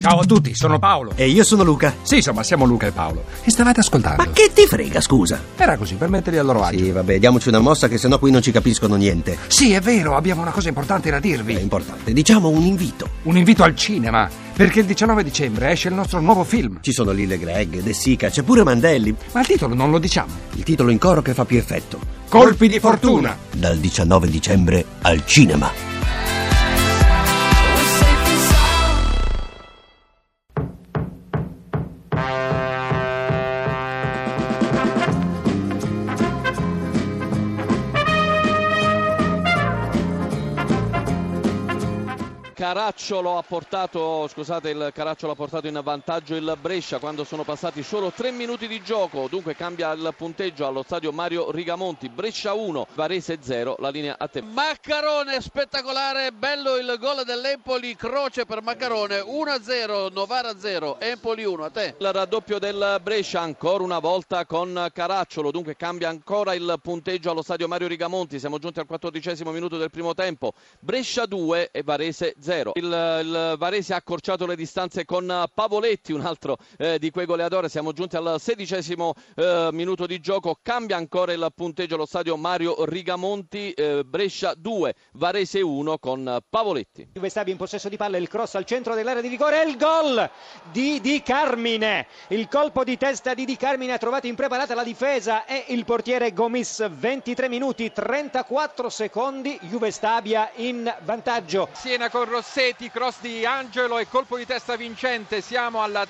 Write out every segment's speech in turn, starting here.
Ciao a tutti, sono Paolo. E io sono Luca. Sì, insomma, siamo Luca e Paolo. E stavate ascoltando. Ma che ti frega, scusa? Era così, per metterli a loro agio. Sì, vabbè, diamoci una mossa che sennò qui non ci capiscono niente. Sì, è vero, abbiamo una cosa importante da dirvi. È importante, diciamo un invito. Un invito al cinema, perché il 19 dicembre esce il nostro nuovo film. Ci sono Lille Greg, De Sica, c'è pure Mandelli. Ma il titolo non lo diciamo. Il titolo in coro che fa più effetto. Colpi di fortuna. Dal 19 dicembre al cinema. Caracciolo ha portato in vantaggio il Brescia quando sono passati solo 3 minuti di gioco, dunque cambia il punteggio allo stadio Mario Rigamonti. Brescia 1, Varese 0, la linea a te. Maccarone, spettacolare, bello il gol dell'Empoli, croce per Maccarone, 1-0, Novara 0, Empoli 1, a te. Il raddoppio del Brescia ancora una volta con Caracciolo, dunque cambia ancora il punteggio allo stadio Mario Rigamonti, siamo giunti al 14° minuto del primo tempo. Brescia 2 e Varese 0. Il Varese ha accorciato le distanze con Pavoletti, un altro di quei goleadori. Siamo giunti al 16° minuto di gioco, cambia ancora il punteggio allo stadio Mario Rigamonti, Brescia 2, Varese 1 con Pavoletti. Juve Stabia in possesso di palla, il cross al centro dell'area di rigore e il gol di Di Carmine. Il colpo di testa di Di Carmine ha trovato impreparata la difesa e il portiere Gomis. 23 minuti 34 secondi, Juve Stabia in vantaggio. Siena con Rossetti, cross di Angelo e colpo di testa vincente. Siamo al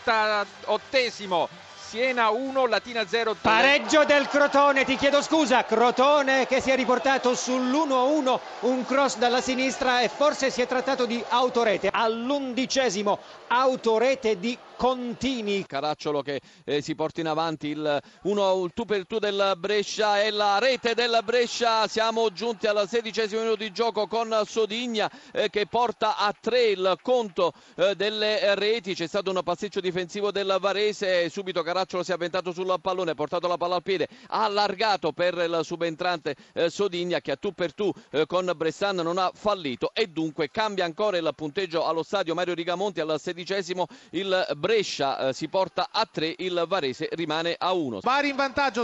38°. Siena 1, Latina 0. Pareggio del Crotone, ti chiedo scusa. Crotone che si è riportato sull'1-1, un cross dalla sinistra e forse si è trattato di autorete. All'11° autorete di Contini. Caracciolo che si porta in avanti il tu per tu del Brescia e la rete del Brescia. Siamo giunti al 16° minuto di gioco con Sodigna che porta a 3 il conto delle reti. C'è stato un pasticcio difensivo del Varese, subito Caracciolo si è avventato sul pallone, ha portato la palla al piede, ha allargato per il subentrante Sodigna che a tu per tu con Bressan non ha fallito e dunque cambia ancora il punteggio allo stadio Mario Rigamonti. Al 16° il Brescia si porta a 3, il Varese rimane a 1. Bari in vantaggio,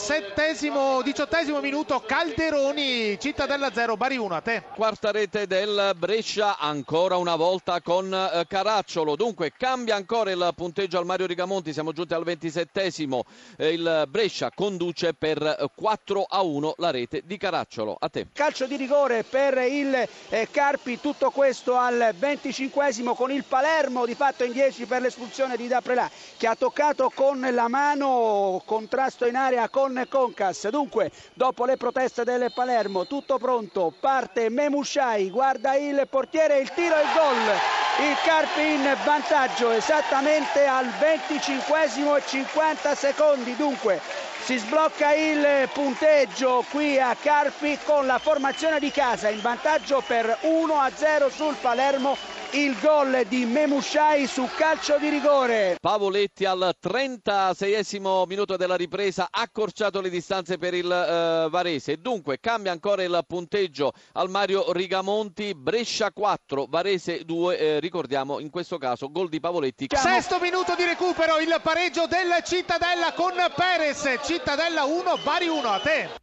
18° minuto, Calderoni, Cittadella 0, Bari 1, a te. Quarta rete del Brescia ancora una volta con Caracciolo, dunque cambia ancora il punteggio al Mario Rigamonti, siamo giunti al 27°, il Brescia conduce per 4-1 la rete di Caracciolo, a te. Calcio di rigore per il Carpi, tutto questo al 25° con il Palermo di fatto in 10 per l'espulsione di Daprelà che ha toccato con la mano, contrasto in area con Concas. Dunque dopo le proteste del Palermo tutto pronto, parte Memushai, guarda il portiere, il tiro e il gol. Il Carpi in vantaggio esattamente al 25° e 50 secondi, dunque si sblocca il punteggio qui a Carpi con la formazione di casa in vantaggio per 1-0 sul Palermo. Il gol di Memushai su calcio di rigore. Pavoletti al 36° minuto della ripresa ha accorciato le distanze per il Varese. Dunque cambia ancora il punteggio al Mario Rigamonti, Brescia 4, Varese 2, ricordiamo in questo caso gol di Pavoletti. 6° minuto di recupero, il pareggio del Cittadella con Perez, Cittadella 1, Bari 1, a te.